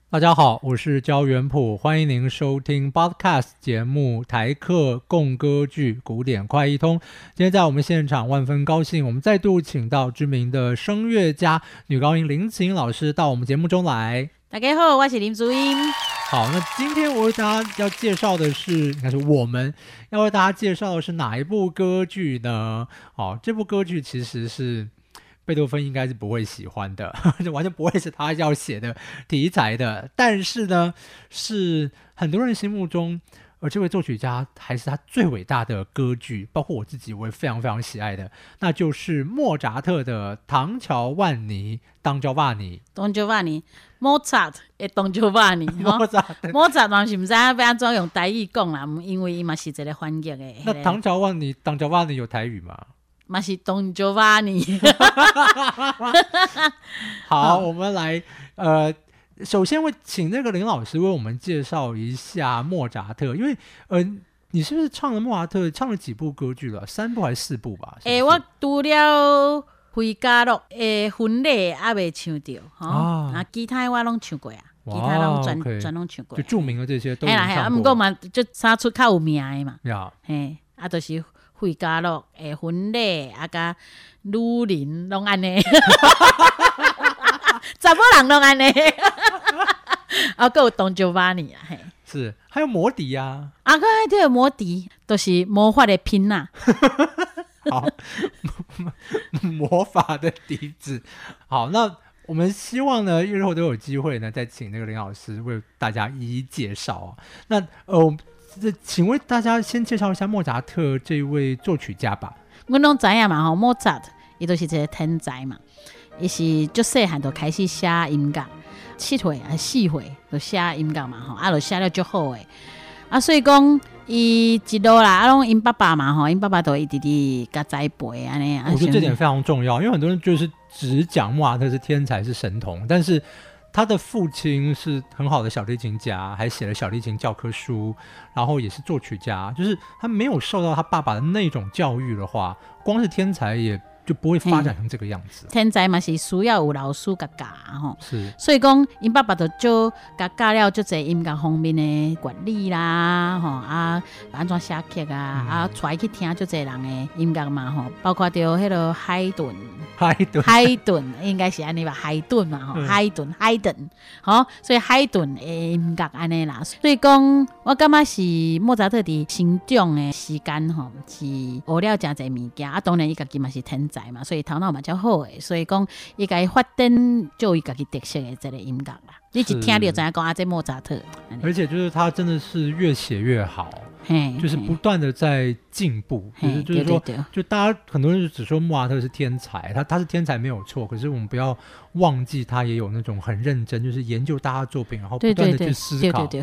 大家好，我是焦元溥，欢迎您收听 Podcast 节目台客共歌剧古典快一通。今天在我们现场万分高兴，我们再度请到知名的声乐家女高音林慈英老师到我们节目中来。 大家好，我是林竹英。 好，那今天我为大家要介绍的是，应该是我们要为大家介绍的是哪一部歌剧呢？这部歌剧其实是贝多芬应该是不会喜欢的，就完全不会是他要写的题材的。但是呢，是很多人心目中，这位作曲家还是他最伟大的歌剧，包括我自己，我也非常非常喜爱的，那就是莫扎特的《唐乔万尼》Don Giovanni。Don Giovanni， Mozart 的 Don Giovanni。Mozart 嘛是不知道要安怎用台语讲啦，因为伊嘛是一个翻译的。 那唐乔万尼 Don Giovanni 有台语吗？ 嘛是 Don Giovanni。 好，我们来首先会请那个林老师为我们介绍一下莫扎特，因为你是不是唱了莫扎特唱了几部歌剧了？3部还是4部吧？ 我除了回家乐的婚礼还没唱到，其他我拢唱过啊，其他拢全拢唱过， 就著名的这些都有唱过。 不过嘛，就三出较有名的嘛，就是回家乐的婚礼甲女人拢安尼，查某人拢安尼，还有 Don Giovanni 啊， 是还有魔笛啊， 对，魔笛都是魔法的拼啊。 好，魔法的笛子。好，那我们希望呢，日后都有机会呢，再请那个林老师为大家一一介绍。那请为大家先介绍一下莫扎特这位作曲家吧。 我拢知影嘛，莫扎特伊就是一个天才嘛，伊是足细汉就开始写音乐，7岁还4岁就写音乐嘛，就写了足好诶。所以讲伊一路啦，拢因爸爸嘛，因爸爸都一直直甲栽培安尼。 我觉得这点非常重要，因为很多人就是只讲莫扎特是天才是神童，但是他的父亲是很好的小提琴家，还写了小提琴教科书，然后也是作曲家，就是他没有受到他爸爸的那种教育的话，光是天才也就不会发展成这个样子。 天才嘛是需要有老师教是， 所以讲因爸爸就教了足侪音乐方面的原理啦，安怎写曲啊，带去听足侪人的音乐嘛，包括到迄个海顿应该是安尼吧，海顿嘛，海顿，所以海顿的音乐安尼啦。所以讲我感觉是莫扎特伫成长的时间是学了真侪物件，当然伊家己嘛是天才嘛，所以头脑嘛较好的，所以讲伊家己发展就伊家己特色的这个音乐啦。你一听就知影讲这莫扎特， 而且就是他真的是越写越好，就是不断的在进步，就是说，就大家很多人就只说莫扎特是天才，他是天才没有错，可是我们不要忘记他也有那种很认真，就是研究大家作品，然后不断的去思考。对。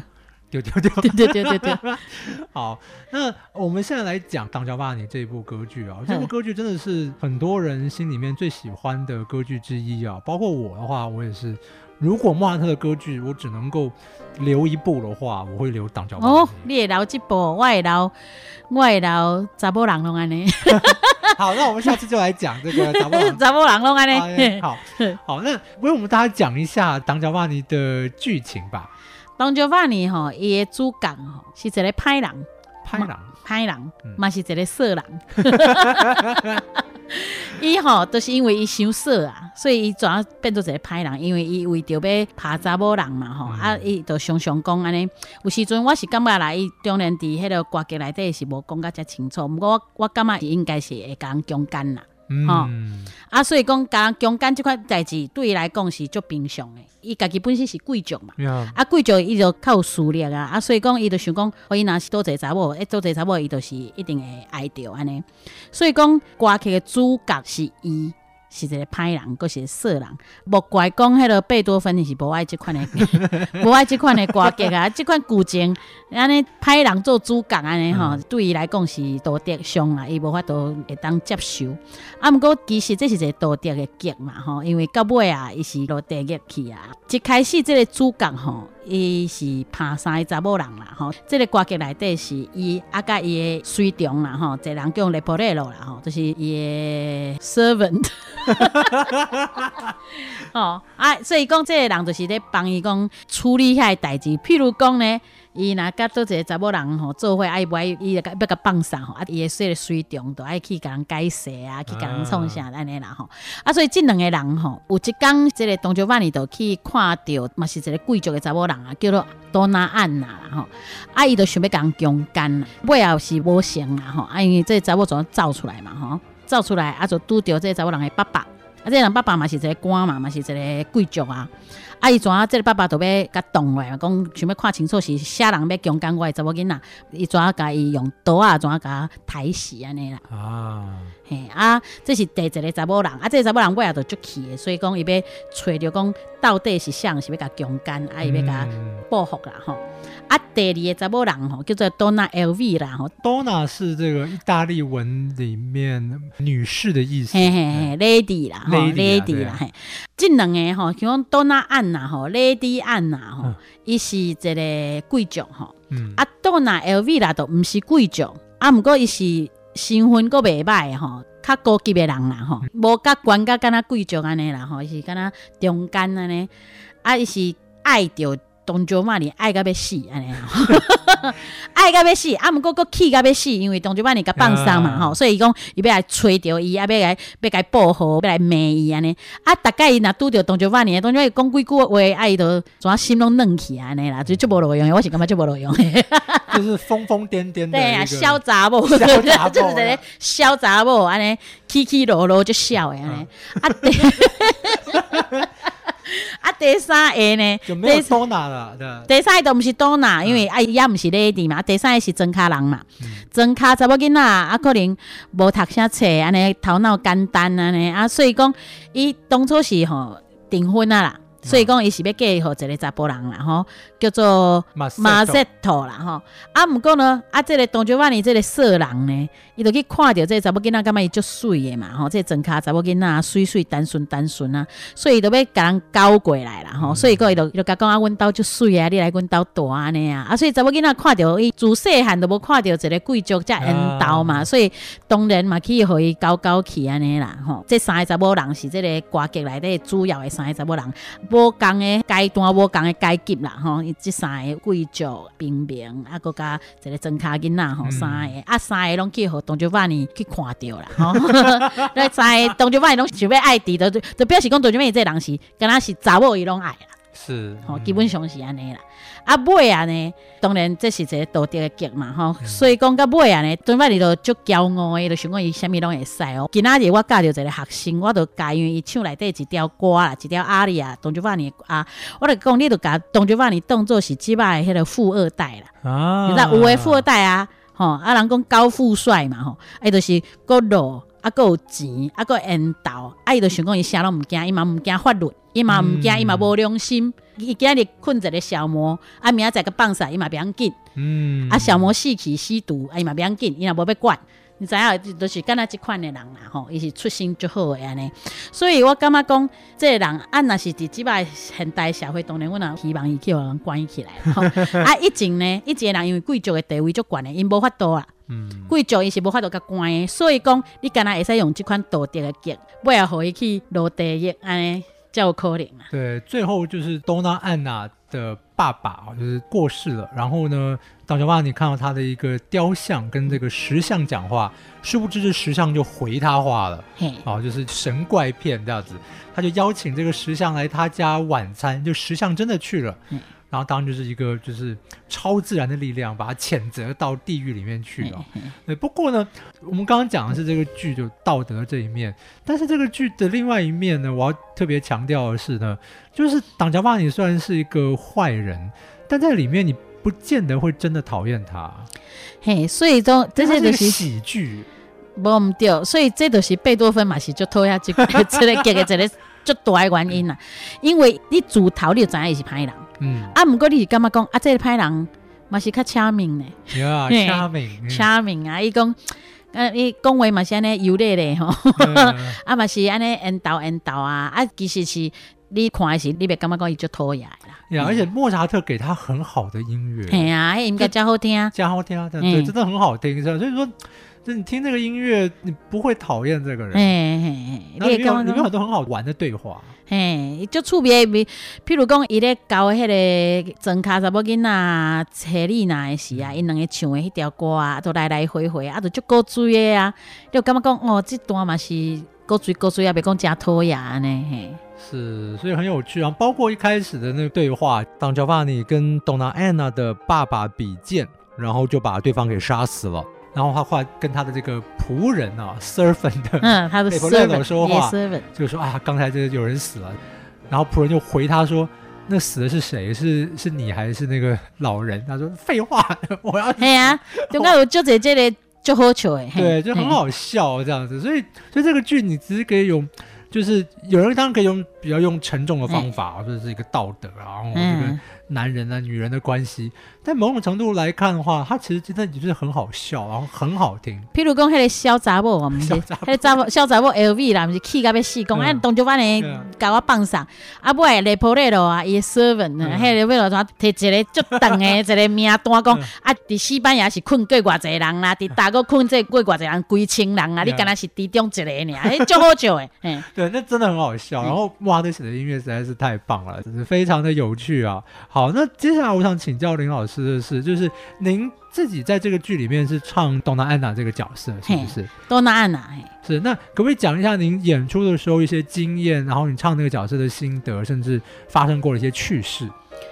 好，那我们现在来讲《Don Giovanni》这一部歌剧啊，这部歌剧真的是很多人心里面最喜欢的歌剧之一啊，包括我的话，我也是。如果莫扎特的歌剧我只能够留一部的话，我会留《Don Giovanni》。 你会留这部，我会留查某人拢安尼。 好，那我们下次就来讲这个查某人拢安尼。 好，那为我们大家讲一下《Don Giovanni》的剧情吧。 Don Giovanni 伊的主角是一个歹人，嘛是一个色人。伊就是因为伊伤色啊，所以伊怎变做一个歹人？因为伊为着要拍查某人嘛，伊就常常讲安尼。有时阵我是感觉啦，伊当然伫迄个歌剧内底是无讲甲遮清楚，不过我感觉伊应该是会甲人强奸啦。所以讲甲人强奸这块代志对伊来讲是足平常的。伊家己本身是贵族嘛，贵族伊就较有势力啊，所以讲伊就想讲，伊若是多一个查某，多一个查某伊就是一定会爱着安尼。所以讲歌剧的主角是伊。是一个歹人，佫是个色人，莫怪讲迄个贝多芬是无爱这款的，无爱这款的歌剧啊，这款剧情安尼歹人做主角安尼对伊来讲是道德上啦，伊无法度会当接受。毋过其实这是一个道德的剧嘛因为到尾啊，伊是落地狱去啊。一开始这个主角伊是拍3个查某人啦这个歌剧内底是伊甲伊的随从啦一个人叫雷波雷罗啦就是伊的 servant 哦啊，所以讲这个人就是咧帮伊讲处理遐代志，譬如讲呢。伊若甲倒一个查某人吼做伙，爱不爱伊要甲放送吼，啊伊会说水中，就爱去甲人解释啊，去甲人创啥安尼啦吼。啊，所以即两个人吼，有一天即个东石万里就去看到，嘛是一个贵族的查某人啊，叫做多纳安娜啦吼。啊，伊就想要甲人强奸啦，尾后是无成啦吼。啊，因为这查某总走出来嘛吼，走出来啊就拄着这查某人的爸爸，啊这个人爸爸嘛是一个官嘛，嘛是一个贵族啊。啊！伊怎啊？这个爸爸就要甲动来，讲想要看清楚是啥人要强奸我的查某囡仔，伊怎啊甲伊用刀啊，怎啊甲抬死安尼啦？啊，嘿啊！这是第一个查某人啊，这个查某人我也就足气的，所以讲伊要找着讲到底是啥人是要甲强奸，啊，伊要甲报复啦吼。啊，第二个查某人吼叫做 Donna LV 啦吼 ，Donna 是这个意大利文里面女士的意思， 嘿嘿嘿 ，Lady 啦吼 ，Lady 啦嘿。这两个吼，像讲 Donna 安娜吼 ，Lady 安娜吼，伊是一个贵族吼，啊 Donna LV 啦，都毋是贵族，啊，毋过伊是身份阁袂歹吼。较高级的人啦吼，无甲悬甲敢若贵族安尼啦吼，是敢若中间安尼，啊，伊是爱着东石万里爱到要死安尼爱到要死，啊，毋过佫气到要死，因为东石万里甲放松嘛吼，所以伊讲伊要来找着伊，啊，要来报复，要来骂伊安尼，啊，逐摆伊若拄着东石万里，东石万里讲几句话，啊，伊就怎心拢软去安尼啦，就足无路用的，我是感觉足无路用的。 就是疯疯癫癫的，对啊，小查某，就是一个小查某安尼，起起落落就笑的安尼，啊，第三个呢， 就没有多拿了。 第三个都不是多拿，因为伊也不是 lady 嘛。第三个是庄脚人嘛，庄脚查某囡仔啊，可能无读啥册，安尼头脑简单安尼啊，所以讲伊当初是吼订婚啊啦。所以讲，伊是要嫁予一个查甫人啦，吼，叫做马塞托啦，吼。啊，毋过呢，啊，这个东石万里这个色人呢，伊就去看到这个查某囡仔，感觉伊足水的嘛，吼，这个庄脚查某囡仔水水单纯啊，所以伊就要甲人交过来啦，吼。所以伊就甲讲啊，阮兜足水啊，你来阮兜住安尼啊。啊，所以查某囡仔看到伊自细汉都无看到一个贵族才缘投嘛，所以当然嘛去互伊交去安尼啦，吼。这三个查某人是这个歌剧内底主要的三个查某人。无共的阶段，无共的阶级啦，吼！这三个贵族、平民，啊，佮加一个庄脚囡仔，吼，三个，啊，三个拢去互东石万里去看到啦，吼！那三个东石万里拢想要爱弟，就表示讲东石万里这人是，敢若是查某伊拢爱啦， 是， 吼，基本上是安尼啦。啊尾啊呢，当然这是一个道德的剧嘛吼，所以讲到尾啊呢，东石万里就足骄傲的，就想讲伊啥物拢会使哦。今仔日我教着一个学生，我就教因为伊唱内底一条歌啦，一条阿里啊，东石万里啊，我就讲你就甲东石万里当作是即摆迄个富二代啦，啊，你知道有的富二代啊，吼啊人讲高富帅嘛吼，伊就是够路啊，够有钱啊，够缘投，啊伊就想讲伊啥拢毋惊，伊嘛毋惊法律。伊嘛毋惊，伊嘛无良心。伊今日困一个小魔，啊明仔载个放晒，伊嘛袂要紧。啊小魔死去吸毒，伊嘛袂要紧，伊若无要管。你知影，就是敢若即款的人啦吼，伊是出身足好的安尼。所以我感觉讲，这个人啊，若是伫即摆现代社会，当然我也希望伊去互人关起来吼。啊以前呢，一个人因为贵族的地位足悬的，因无法度啊。贵族伊是无法度甲关的，所以讲你敢若会使用即款道德的剧，尾啊互伊去落地狱安尼。较有可能啊。 对，最后就是多纳安娜的爸爸就是过世了，然后呢，当小爸你看到他的一个雕像跟这个石像讲话，殊不知这石像就回他话了，就是神怪片这样子，他就邀请这个石像来他家晚餐，就石像真的去了。然后当然就是一个就是超自然的力量把他谴责到地狱里面去了。对，不过呢，我们刚刚讲的是这个剧就道德这一面，但是这个剧的另外一面呢，我要特别强调的是呢，就是党乔巴尼虽然是一个坏人，但在里面你不见得会真的讨厌他。嘿， 所以都这些就是喜剧， 无唔对，所以这就是贝多芬嘛是就讨厌这个剧的一个最大的原因啦，因为你自头你就知影伊是歹人。不过你是感觉讲啊，这个歹人嘛是较巧明的，巧明啊！伊讲，伊讲话嘛是安尼优劣的吼，啊嘛是安尼缘投啊，啊其实是你看的是你别感觉讲伊就讨厌啦。 而且莫扎特给他很好的音乐， 嘿啊，音乐真好听， 对，真的很好听。所以说， 就你听这个音乐，你不会讨厌这个人。 你里面有很多很好玩的对话。 就趣味，譬如讲，伊咧教迄个庄卡查某囡仔车里娜的时啊，因两个唱的迄条歌啊，都来来回回啊，都足古锥的啊，你就感觉讲哦，这段嘛是古锥啊，别讲真讨厌呢。 是，所以很有趣啊。包括一开始的那个对话，当 Giovanni 跟 Donna Anna 的爸爸比剑，然后就把对方给杀死了。然后他后来跟他的这个仆人啊 servant 的他的 servant 说话， 就说啊，刚才这有人死了。然后仆人就回他说，那死的是谁？是你还是那个老人？他说废话，我要嘿啊，中间有就这个就好笑的， 对，就很好笑这样子。所以这个剧你只是可以用，就是有人当然可以用比较用沉重的方法，就是一个道德啊，然后这个男人啊女人的关系，但某种程度来看的话，它其实真的就是很好笑，然后很好听。 譬如讲，迄个小查某啊，不是，迄个小查某 LV 啦，不是气到要死，讲哎，当作反的甲我放上，啊，尾个雷普雷罗啊，伊 servant， 迄个为了啥摕一个足长的一个名单讲，啊，伫西班牙是困过偌济人啦，伫大陆困这过偌济人，几千人啊，你敢若是其中一个尔，迄足好笑的。 对，那真的很好笑。然后哇，这写的音乐实在是太棒了，真是非常的有趣啊。好，那接下来我想请教林老师的是，就是您自己在这个剧里面是唱Donna Anna这个角色，是不是 ？Donna Anna， 是。那可不可以讲一下您演出的时候一些经验，然后你唱那个角色的心得，甚至发生过的一些趣事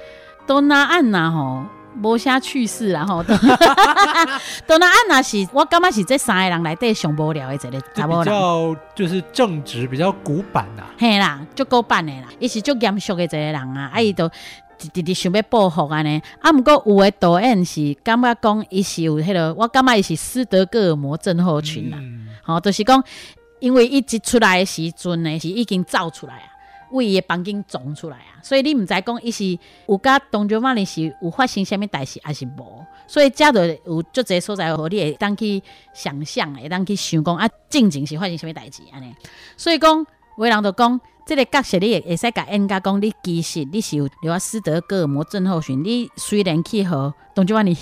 ？Donna Anna 吼，无啥趣事啦吼。Donna Anna 是我感觉是这三个人内底上无聊的一个查某人， 比较就是正直，比较古板啊。 嘿啦，足古板的啦，伊是足严肃的一个人啊，伊都直直想要报复安尼。啊，毋过有的导演是感觉讲伊是有迄个，我感觉伊是斯德哥尔摩症候群啦。就是讲，因为伊一出来的时阵呢，是已经走出来啊。为伊的房间撞出来啊，所以你唔知讲伊是有甲Don Giovanni是有发生什么代志，还是无？所以遮就有足侪所在，互你会当去想象，会当去想讲啊，正经是发生什么代志安尼。所以讲，有人就讲，这个角色你会使甲演甲讲，你其实你是有了斯德哥尔摩症候群。你虽然去和Don Giovanni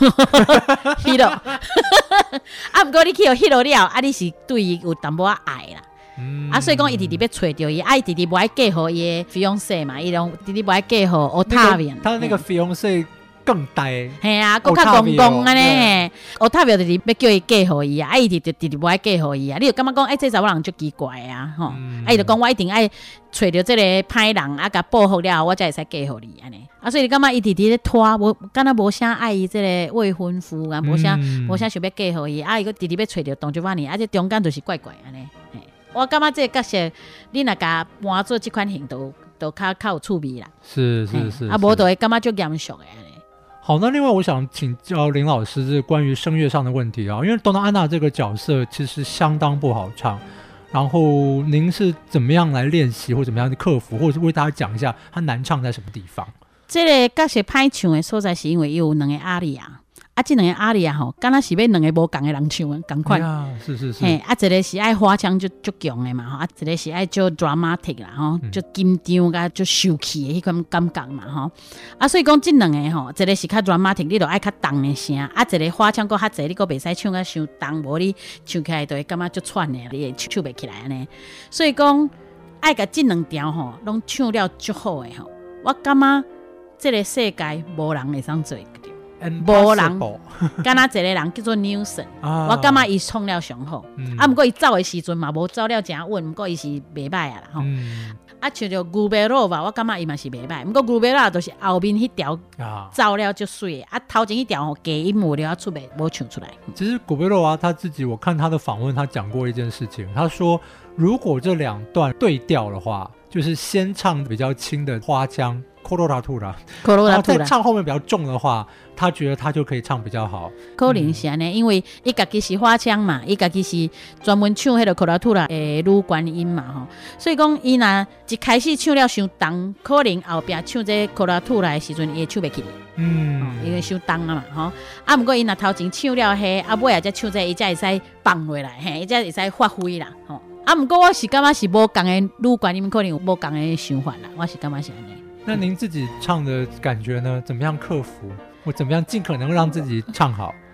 hero， 啊，不过你去和 hero 了，啊，你是对伊有淡薄仔爱啦。所以讲伊直直要找到伊，伊直直不爱嫁互伊的 fiance 嘛，伊拢直直不爱嫁互 Ottavio， 他的那个 fiance 更呆， 嘿啊，更较公公安尼，Ottavio 直直要叫伊嫁互伊啊，伊直直不爱嫁互伊啊，你就感觉讲，这查某人足奇怪啊，吼，伊就讲我一定爱找到这个歹人啊，甲报复了，我才会使嫁互你安尼，所以你感觉伊直直咧拖，无敢若无啥爱伊这个未婚夫啊，无啥想要嫁互伊，伊个直直要找到Don Giovanni，这中间就是怪怪安尼。我感觉这个角色，你若甲搬做这款型，都较有趣味啦。 是， 无就会感觉足严肃的。 好，那另外我想请教林老师是关于声乐上的问题啊，因为Donna Anna这个角色其实相当不好唱，然后您是怎么样来练习，或怎么样去克服，或者是为大家讲一下它难唱在什么地方？ 这个角色歹唱的所在是因为有两个阿里啊。这两个阿里啊吼，敢若是要两个无共的人唱的，共款。 是。 一个是爱花腔足强的嘛，一个是爱足 dramatic 啦吼，足紧张甲足受气的迄款感觉嘛吼。所以讲这两个吼，一个是较 dramatic， 你就爱较重的声；一个花腔佫较济，你佫袂使唱甲伤重，无你唱起来就会感觉足喘的，你会唱袂起来安尼。所以讲爱甲这两条吼，拢唱了足好的吼。我感觉这个世界无人会当做。无人，敢若一个人叫做 Newson，我感觉伊唱了上好。不过伊走的时阵嘛，无走了真稳，不过伊是袂歹啊啦吼。像着 Guberova， 我感觉伊嘛是袂歹，不过 Guberova 就是后面迄条走了就水的，头前一条吼假音无了出袂无唱出来。 其实 Guberova 他自己，我看他的访问，他讲过一件事情，他说如果这两段对调的话，就是先唱比较轻的花腔。coloratura， 然后再唱后面比较重的话，他觉得他就可以唱比较好。 可能是呢，因为伊家己是花腔嘛，伊家己是专门唱迄个 coloratura 的女高音嘛吼，所以讲伊若一开始唱了伤重，可能后壁唱这 coloratura 的时阵，伊会唱袂起。因为伤重啊嘛吼。不过伊若头前唱了迄，尾仔才唱这，伊才会使放落来，伊才会使发挥啦吼。不过我是感觉是无共的女高音，可能有无共的想法啦，我是感觉是安尼。 那您自己唱的感觉呢？怎么样克服，或怎么样尽可能让自己唱好？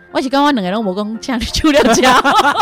我是感觉两个拢无讲请你手了吃。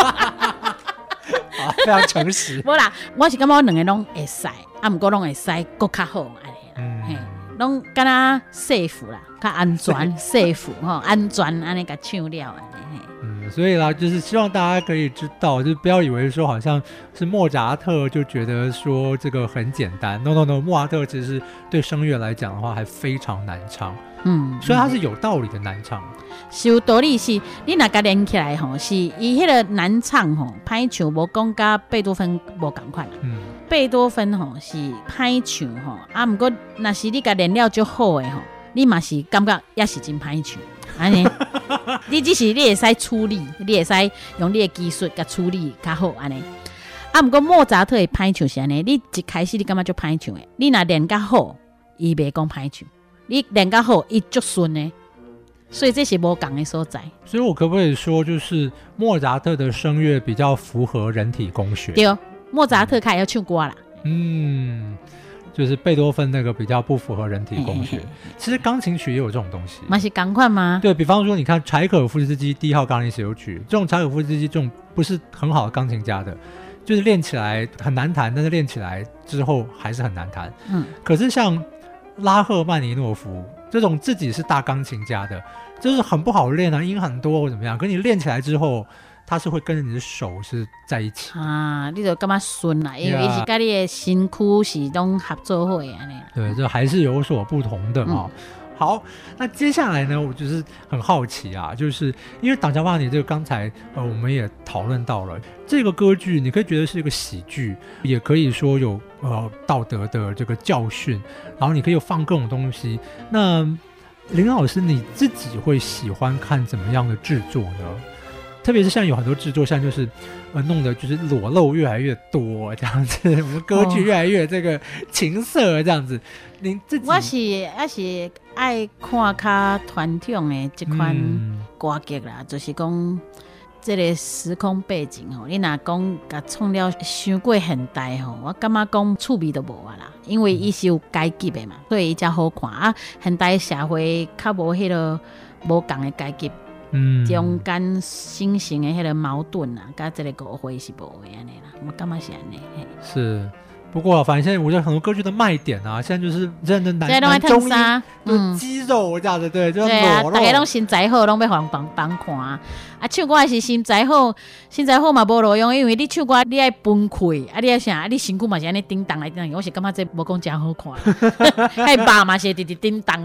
好，非常诚实。 无啦，我是感觉两个拢会使，啊，毋过拢会使搁较好安尼啦，嘿，拢敢若safe啦，较安全safe 吼，安全安尼甲唱了安尼。 所以啦，就是希望大家可以知道，就是不要以为说好像是莫扎特就觉得说这个很简单。No， 莫扎特其实对声乐来讲的话还非常难唱。所以它是有道理的难唱。 是有道理是，你若甲连起来吼，是伊迄个难唱吼，歹唱无讲甲贝多芬无共款啦。贝多芬吼是歹唱吼，啊，毋过若是你甲练了足好的吼，你嘛是感觉也是真歹唱。安尼，你只是你会使处理，你会使用你的技术甲处理较好安尼。啊，毋过莫扎特的歹唱是安尼，你一开始你感觉足歹唱的，你若练较好，伊袂讲歹唱；你练较好，伊足顺的。所以这是无共的所在。 所以我可不可以说，就是莫扎特的声乐比较符合人体工学？ 对，莫扎特开要唱歌啦。 就是贝多芬那个比较不符合人体工学。其实钢琴曲也有这种东西， 嘛是同款吗？ 对，比方说，你看柴可夫斯基第1号钢琴协奏曲，这种柴可夫斯基这种不是很好的钢琴家的，就是练起来很难弹，但是练起来之后还是很难弹。可是像拉赫曼尼诺夫这种自己是大钢琴家的，就是很不好练啊，音很多或怎么样，可你练起来之后，他是会跟着你的手是在一起啊，你就感觉顺啦，因为伊是跟你的身躯是拢合作伙的安尼。 对，这还是有所不同的啊。好，那接下来呢，我就是很好奇啊，就是因为党乔瓦尼这个刚才我们也讨论到了这个歌剧，你可以觉得是一个喜剧，也可以说有道德的这个教训，然后你可以放各种东西。那林老师你自己会喜欢看怎么样的制作呢？特别是现在有很多制作，现在就是弄得就是裸露越来越多这样子，我们歌剧越来越这个情色这样子。您自己我是爱看较传统的这款歌剧啦，就是讲这个时空背景吼，你若讲甲创了伤过现代吼，我感觉讲趣味都无啊啦，因为伊是有阶级的嘛，所以伊才好看啊。现代社会较无迄个无共的阶级。中间形成的迄个矛盾啊，甲这个误会是无的安尼啦，我感觉是安尼。是， 不过反正现在我觉得很多歌剧的卖点啊，现在就是真的男中音，就肌肉这样子，对，就裸露。 大家拢身材好，拢要帮看啊。唱歌也是身材好嘛无路用，因为你唱歌你爱崩溃，你爱啥，你身躯嘛是安尼叮当来叮当，我是感觉这无讲真好看，还肉嘛是直直叮当。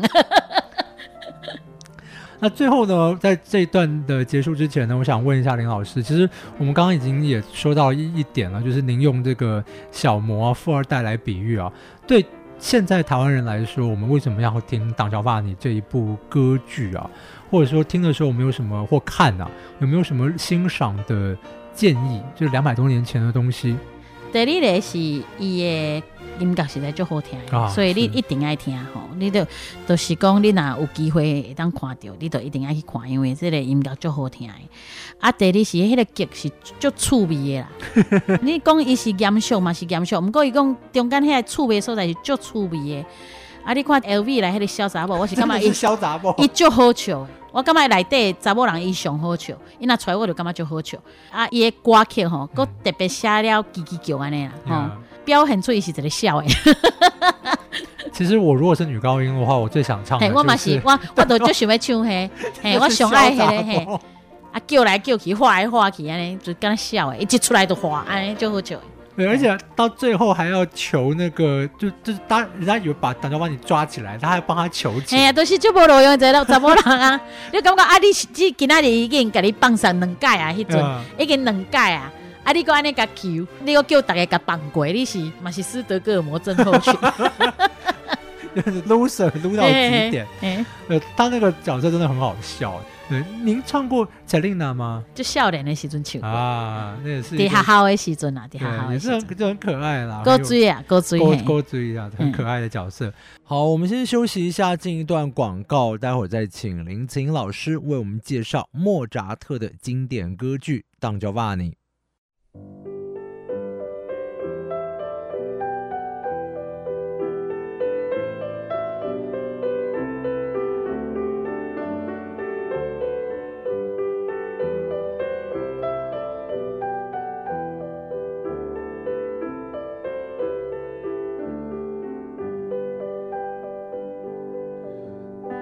那最后呢，在这一段的结束之前呢，我想问一下林老师，其实我们刚刚已经也说到一点了，就是您用这个小模富二代来比喻啊，对现在台湾人来说，我们为什么要听《党乔瓦尼》这一部歌剧啊？或者说听的时候，我们有什么或看啊，有没有什么欣赏的建议？就是200多年前的东西。 第二个是伊的音乐实在足好听的，所以你一定爱听吼。你就是讲你若有机会会当看到，你就一定爱去看，因为这个音乐足好听的。第二是迄个剧是足趣味的啦。你讲伊是严肃嘛是严肃，不过伊讲中间迄个趣味所在是足趣味的。你看 LV 来迄个小查某，我是感觉伊小查某， 伊足好笑的。我感觉内底查某人伊上好笑，伊若出来我就感觉足好笑。伊的歌曲吼，佮特别写了叽叽叫安尼啦，表现出伊是一个笑的。 其实我如果是女高音的话，我最想唱的就是， 我嘛是，我都就想要唱迄，我上爱迄个嘿，叫来叫去，画来画去安尼，就敢笑的，一出来就画，安尼就好笑的。 对，而且到最后还要求那个，就是人家以为把党乔瓦尼抓起来，他还帮他求情。 哎呀，都是就无路用这查某人啊！你感觉你今仔日已经给你放上2届啊，迄阵已经2届啊！你搁安尼甲求，你搁叫大家甲放过，你是嘛是斯德哥尔摩症候群。 就是 loser 撸到极点。他那个角色真的很好笑。您唱过 Selina 吗？ 就少年的时阵唱过啊，那也是在学校的时阵啊，在学校也是很可爱啦， 勾追啊，勾追啊，很可爱的角色。好，我们先休息一下，进一段广告，待会儿再请林晴老师为我们介绍莫扎特的经典歌剧《党乔瓦尼》。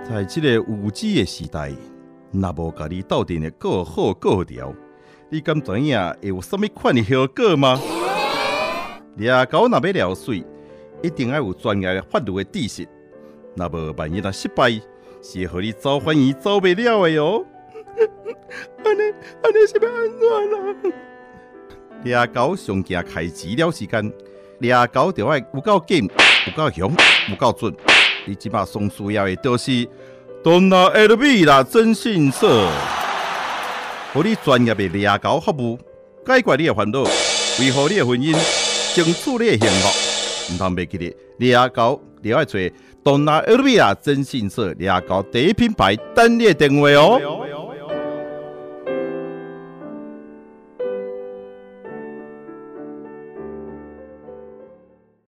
在这个无知的时代，若无甲你斗阵的过好过调，你敢知影会有啥物款的后果吗？掠狗若要撩水，一定要有专业的法律的知识。若无万一若失败，是会互你走反院走袂了的哦。安尼是要安怎啦？掠狗上惊开钱了时间，掠狗就要有够紧、有够凶、有够准。你即摆上需要的就是Donna Elvira 征信社，互你专业的掠狗服务，解决你的烦恼，维护你的婚姻，争取你的幸福。唔通袂记得掠狗，你要找Donna Elvira 征信社掠狗第一品牌单列电话哦。